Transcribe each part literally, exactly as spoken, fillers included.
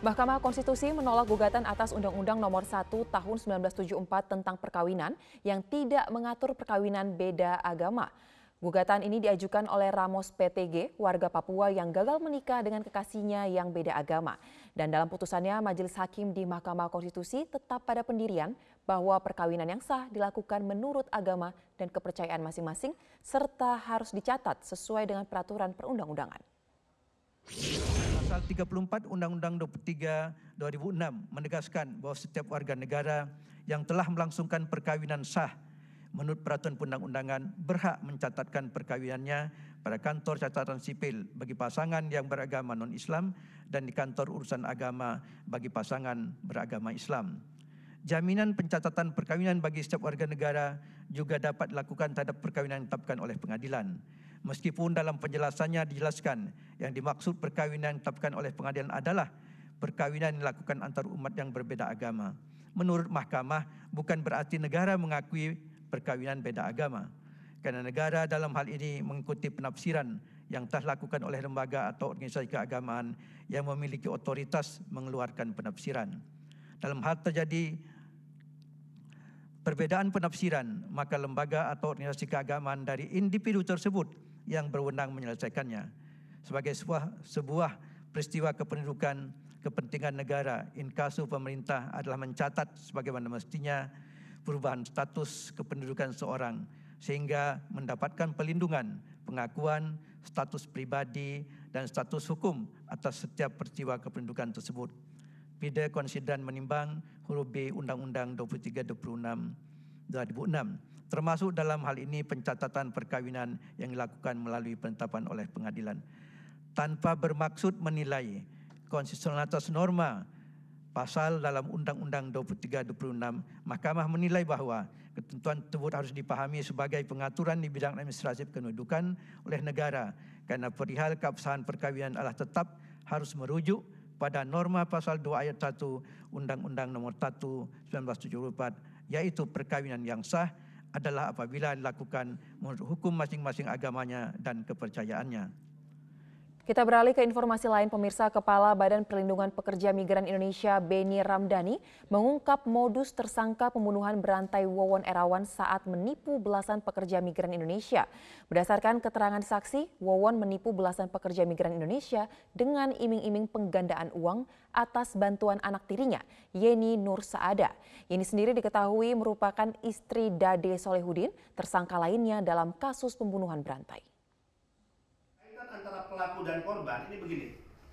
Mahkamah Konstitusi menolak gugatan atas Undang-Undang Nomor satu Tahun seribu sembilan ratus tujuh puluh empat tentang perkawinan yang tidak mengatur perkawinan beda agama. Gugatan ini diajukan oleh Ramos P T G, warga Papua yang gagal menikah dengan kekasihnya yang beda agama. Dan dalam putusannya, Majelis Hakim di Mahkamah Konstitusi tetap pada pendirian bahwa perkawinan yang sah dilakukan menurut agama dan kepercayaan masing-masing serta harus dicatat sesuai dengan peraturan perundang-undangan. Pasal tiga puluh empat Undang-Undang dua puluh tiga dua ribu enam menegaskan bahwa setiap warga negara yang telah melangsungkan perkawinan sah menurut peraturan perundang-undangan berhak mencatatkan perkawinannya pada kantor catatan sipil bagi pasangan yang beragama non-Islam dan di kantor urusan agama bagi pasangan beragama Islam. Jaminan pencatatan perkawinan bagi setiap warga negara juga dapat dilakukan terhadap perkawinan yang ditetapkan oleh pengadilan. Meskipun dalam penjelasannya dijelaskan yang dimaksud perkawinan yang ditetapkan oleh pengadilan adalah perkawinan yang dilakukan antar umat yang berbeda agama. Menurut mahkamah, bukan berarti negara mengakui perkawinan beda agama. Karena negara dalam hal ini mengikuti penafsiran yang telah dilakukan oleh lembaga atau organisasi keagamaan yang memiliki otoritas mengeluarkan penafsiran. Dalam hal terjadi perbedaan penafsiran, maka lembaga atau organisasi keagamaan dari individu tersebut yang berwenang menyelesaikannya. Sebagai sebuah, sebuah peristiwa kependudukan kepentingan negara, inkasu pemerintah adalah mencatat sebagaimana mestinya perubahan status kependudukan seorang sehingga mendapatkan pelindungan, pengakuan, status pribadi, dan status hukum atas setiap peristiwa kependudukan tersebut. Pide konsideran menimbang huruf B Undang-Undang dua puluh tiga dua puluh enam dua ribu enam, termasuk dalam hal ini pencatatan perkawinan yang dilakukan melalui penetapan oleh pengadilan. Tanpa bermaksud menilai konstitusionalitas norma pasal dalam Undang-Undang dua puluh tiga dua puluh enam, Mahkamah menilai bahwa ketentuan tersebut harus dipahami sebagai pengaturan di bidang administrasi kependudukan oleh negara, karena perihal keabsahan perkawinan adalah tetap harus merujuk pada norma pasal dua ayat satu Undang-Undang Nomor satu Tahun seribu sembilan ratus tujuh puluh empat, yaitu perkawinan yang sah adalah apabila dilakukan menurut hukum masing-masing agamanya dan kepercayaannya. Kita beralih ke informasi lain, pemirsa. Kepala Badan Perlindungan Pekerja Migran Indonesia Beni Ramdhani mengungkap modus tersangka pembunuhan berantai Wawon Erawan saat menipu belasan pekerja migran Indonesia. Berdasarkan keterangan saksi, Wawon menipu belasan pekerja migran Indonesia dengan iming-iming penggandaan uang atas bantuan anak tirinya, Yeni Nur Saada. Yeni sendiri diketahui merupakan istri Dade Solehudin, tersangka lainnya dalam kasus pembunuhan berantai. Antara pelaku dan korban ini begini,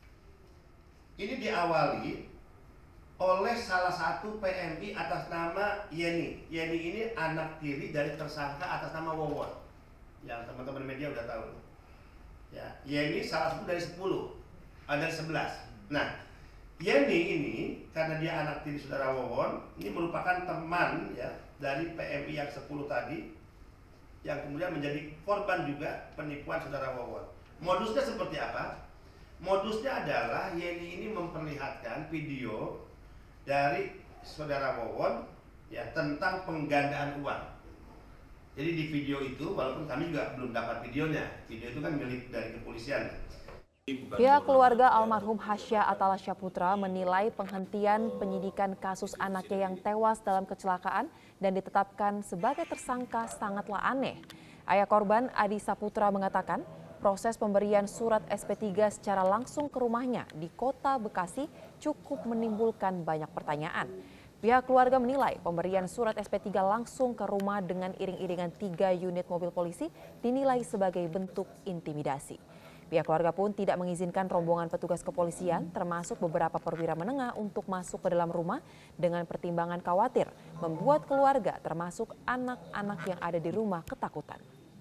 ini diawali oleh salah satu P M I atas nama Yeni. Yeni ini anak tiri dari tersangka atas nama Wawon, yang teman-teman media udah tahu. Ya, Yeni salah satu dari sepuluh, ada sebelas. Nah, Yeni ini karena dia anak tiri saudara Wawon, ini merupakan teman ya dari P M I yang sepuluh tadi, yang kemudian menjadi korban juga penipuan saudara Wawon. Modusnya seperti apa? Modusnya adalah Yeni ini memperlihatkan video dari saudara Wawon ya tentang penggandaan uang. Jadi di video itu, walaupun kami juga belum dapat videonya, video itu kan milik dari kepolisian. Pihak keluarga almarhum Hasya Atalasya Putra menilai penghentian penyidikan kasus anaknya yang tewas dalam kecelakaan dan ditetapkan sebagai tersangka sangatlah aneh. Ayah korban Adi Saputra mengatakan, proses pemberian surat S P tiga secara langsung ke rumahnya di Kota Bekasi cukup menimbulkan banyak pertanyaan. Pihak keluarga menilai pemberian surat S P tiga langsung ke rumah dengan iring-iringan tiga unit mobil polisi dinilai sebagai bentuk intimidasi. Pihak keluarga pun tidak mengizinkan rombongan petugas kepolisian termasuk beberapa perwira menengah untuk masuk ke dalam rumah dengan pertimbangan khawatir membuat keluarga termasuk anak-anak yang ada di rumah ketakutan.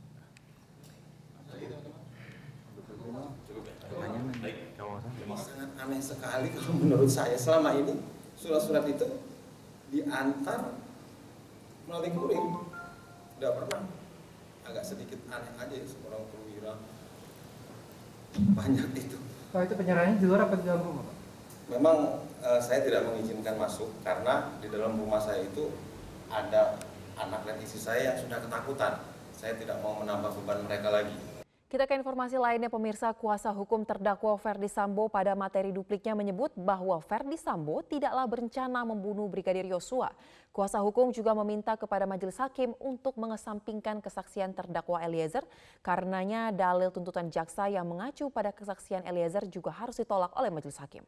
Sangat aneh sekali kalau menurut saya selama ini surat-surat itu diantar melalui kurir, tidak pernah. Agak sedikit aneh aja ya seorang perwira banyak itu. Kalau itu penyerahannya di luar apa di dalam rumah, Pak? Memang eh, saya tidak mengizinkan masuk karena di dalam rumah saya itu ada anak dan istri saya yang sudah ketakutan. Saya tidak mau menambah beban mereka lagi. Kita ke informasi lainnya, pemirsa. Kuasa hukum terdakwa Ferdy Sambo pada materi dupliknya menyebut bahwa Ferdy Sambo tidaklah berencana membunuh Brigadir Yosua. Kuasa hukum juga meminta kepada majelis hakim untuk mengesampingkan kesaksian terdakwa Eliezer, karenanya dalil tuntutan jaksa yang mengacu pada kesaksian Eliezer juga harus ditolak oleh majelis hakim.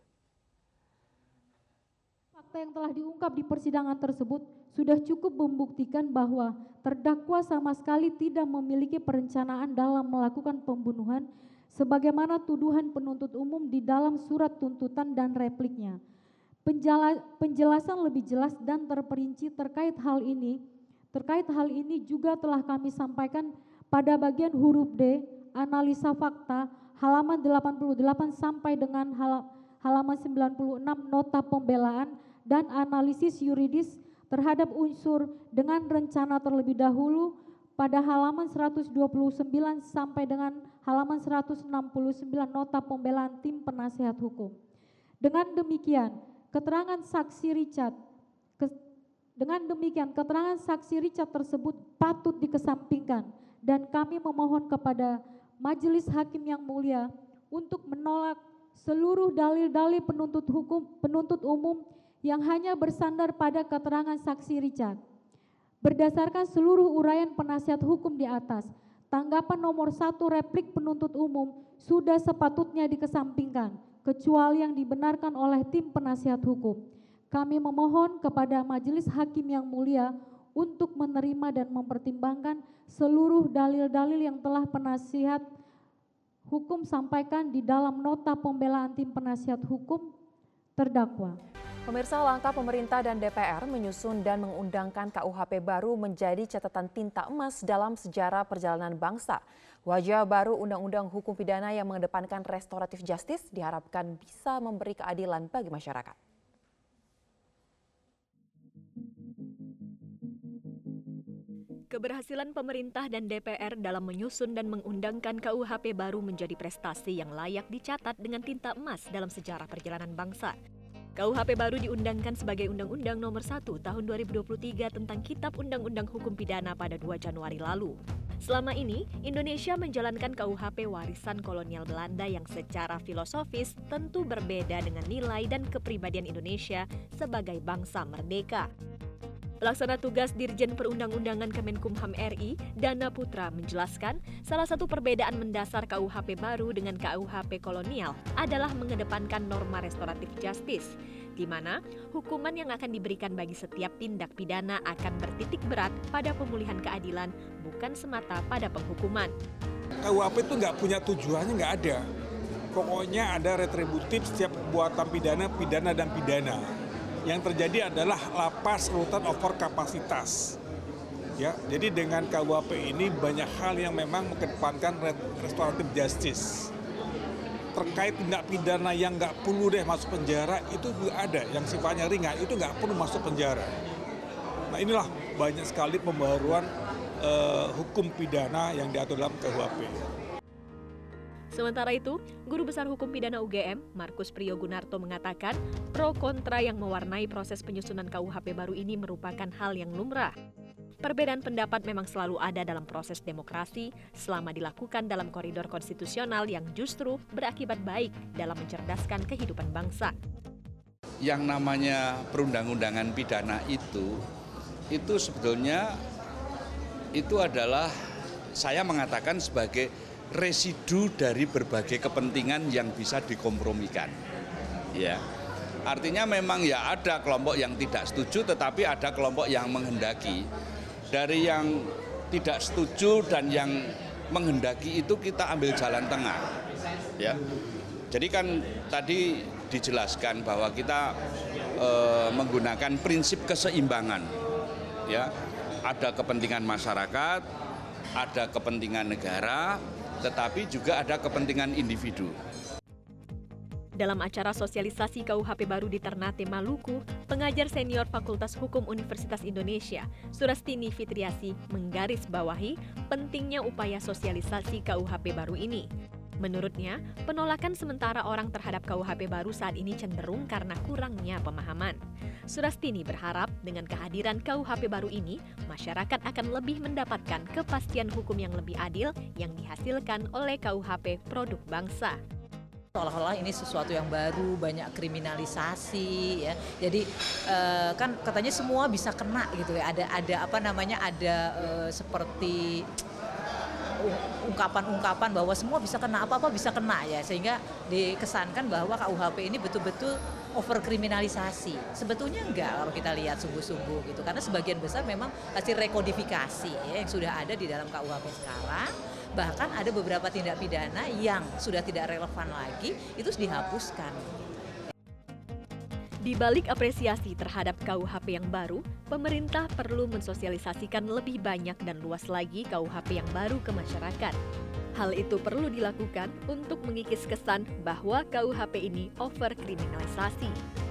Fakta yang telah diungkap di persidangan tersebut sudah cukup membuktikan bahwa terdakwa sama sekali tidak memiliki perencanaan dalam melakukan pembunuhan sebagaimana tuduhan penuntut umum di dalam surat tuntutan dan repliknya. Penjala, penjelasan lebih jelas dan terperinci terkait hal ini, terkait hal ini juga telah kami sampaikan pada bagian huruf D, analisa fakta, halaman delapan puluh delapan sampai dengan halaman sembilan puluh enam nota pembelaan dan analisis yuridis terhadap unsur dengan rencana terlebih dahulu pada halaman seratus dua puluh sembilan sampai dengan halaman seratus enam puluh sembilan nota pembelaan tim penasehat hukum. Dengan demikian, keterangan saksi Richard ke, dengan demikian keterangan saksi Richard tersebut patut dikesampingkan dan kami memohon kepada majelis hakim yang mulia untuk menolak seluruh dalil-dalil penuntut hukum penuntut umum yang hanya bersandar pada keterangan saksi Richard. Berdasarkan seluruh uraian penasihat hukum di atas, tanggapan nomor satu replik penuntut umum sudah sepatutnya dikesampingkan, kecuali yang dibenarkan oleh tim penasihat hukum. Kami memohon kepada majelis hakim yang mulia untuk menerima dan mempertimbangkan seluruh dalil-dalil yang telah penasihat hukum sampaikan di dalam nota pembelaan tim penasihat hukum terdakwa. Pemirsa, langkah pemerintah dan D P R menyusun dan mengundangkan K U H P baru menjadi catatan tinta emas dalam sejarah perjalanan bangsa. Wajah baru Undang-Undang Hukum Pidana yang mengedepankan restoratif justice diharapkan bisa memberi keadilan bagi masyarakat. Keberhasilan pemerintah dan D P R dalam menyusun dan mengundangkan K U H P baru menjadi prestasi yang layak dicatat dengan tinta emas dalam sejarah perjalanan bangsa. K U H P baru diundangkan sebagai Undang-Undang Nomor satu Tahun dua ribu dua puluh tiga tentang Kitab Undang-Undang Hukum Pidana pada dua Januari lalu. Selama ini, Indonesia menjalankan K U H P warisan kolonial Belanda yang secara filosofis tentu berbeda dengan nilai dan kepribadian Indonesia sebagai bangsa merdeka. Pelaksana tugas Dirjen Perundang-undangan Kemenkumham R I, Dana Putra, menjelaskan salah satu perbedaan mendasar K U H P baru dengan K U H P kolonial adalah mengedepankan norma restoratif justice, di mana hukuman yang akan diberikan bagi setiap tindak pidana akan bertitik berat pada pemulihan keadilan, bukan semata pada penghukuman. K U H P itu nggak punya tujuannya, nggak ada. Pokoknya ada retributif setiap perbuatan pidana, pidana, dan pidana. Yang terjadi adalah lapas rutan over kapasitas. Ya, jadi dengan K U H P ini banyak hal yang memang mengedepankan restoratif justice. Terkait tindak pidana yang nggak perlu deh masuk penjara, itu juga ada. Yang sifatnya ringan, itu nggak perlu masuk penjara. Nah inilah banyak sekali pembaruan eh, hukum pidana yang diatur dalam K U H P. Sementara itu, Guru Besar Hukum Pidana U G M, Markus Priyogunarto, mengatakan pro kontra yang mewarnai proses penyusunan K U H P baru ini merupakan hal yang lumrah. Perbedaan pendapat memang selalu ada dalam proses demokrasi selama dilakukan dalam koridor konstitusional yang justru berakibat baik dalam mencerdaskan kehidupan bangsa. Yang namanya perundang-undangan pidana itu, itu sebetulnya itu adalah saya mengatakan sebagai residu dari berbagai kepentingan yang bisa dikompromikan. Ya. Artinya memang ya ada kelompok yang tidak setuju, tetapi ada kelompok yang menghendaki. Dari yang tidak setuju dan yang menghendaki itu kita ambil jalan tengah. Ya. Jadi kan tadi dijelaskan bahwa kita e, menggunakan prinsip keseimbangan. Ya. Ada kepentingan masyarakat, ada kepentingan negara, tetapi juga ada kepentingan individu. Dalam acara sosialisasi K U H P baru di Ternate, Maluku, pengajar senior Fakultas Hukum Universitas Indonesia, Surastini Fitriasi, menggarisbawahi pentingnya upaya sosialisasi K U H P baru ini. Menurutnya, penolakan sementara orang terhadap K U H P baru saat ini cenderung karena kurangnya pemahaman. Surastini berharap dengan kehadiran K U H P baru ini, masyarakat akan lebih mendapatkan kepastian hukum yang lebih adil yang dihasilkan oleh K U H P produk bangsa. Seolah-olah ini sesuatu yang baru, banyak kriminalisasi ya. Jadi eh, kan katanya semua bisa kena gitu ya. Ada ada apa namanya ada eh, seperti ungkapan-ungkapan bahwa semua bisa kena, apa-apa bisa kena ya. Sehingga dikesankan bahwa K U H P ini betul-betul overkriminalisasi. Sebetulnya enggak kalau kita lihat sungguh-sungguh gitu. Karena sebagian besar memang hasil rekodifikasi ya, yang sudah ada di dalam K U H P sekarang. Bahkan ada beberapa tindak pidana yang sudah tidak relevan lagi, itu dihapuskan. Di balik apresiasi terhadap K U H P yang baru, pemerintah perlu mensosialisasikan lebih banyak dan luas lagi K U H P yang baru ke masyarakat. Hal itu perlu dilakukan untuk mengikis kesan bahwa K U H P ini overkriminalisasi.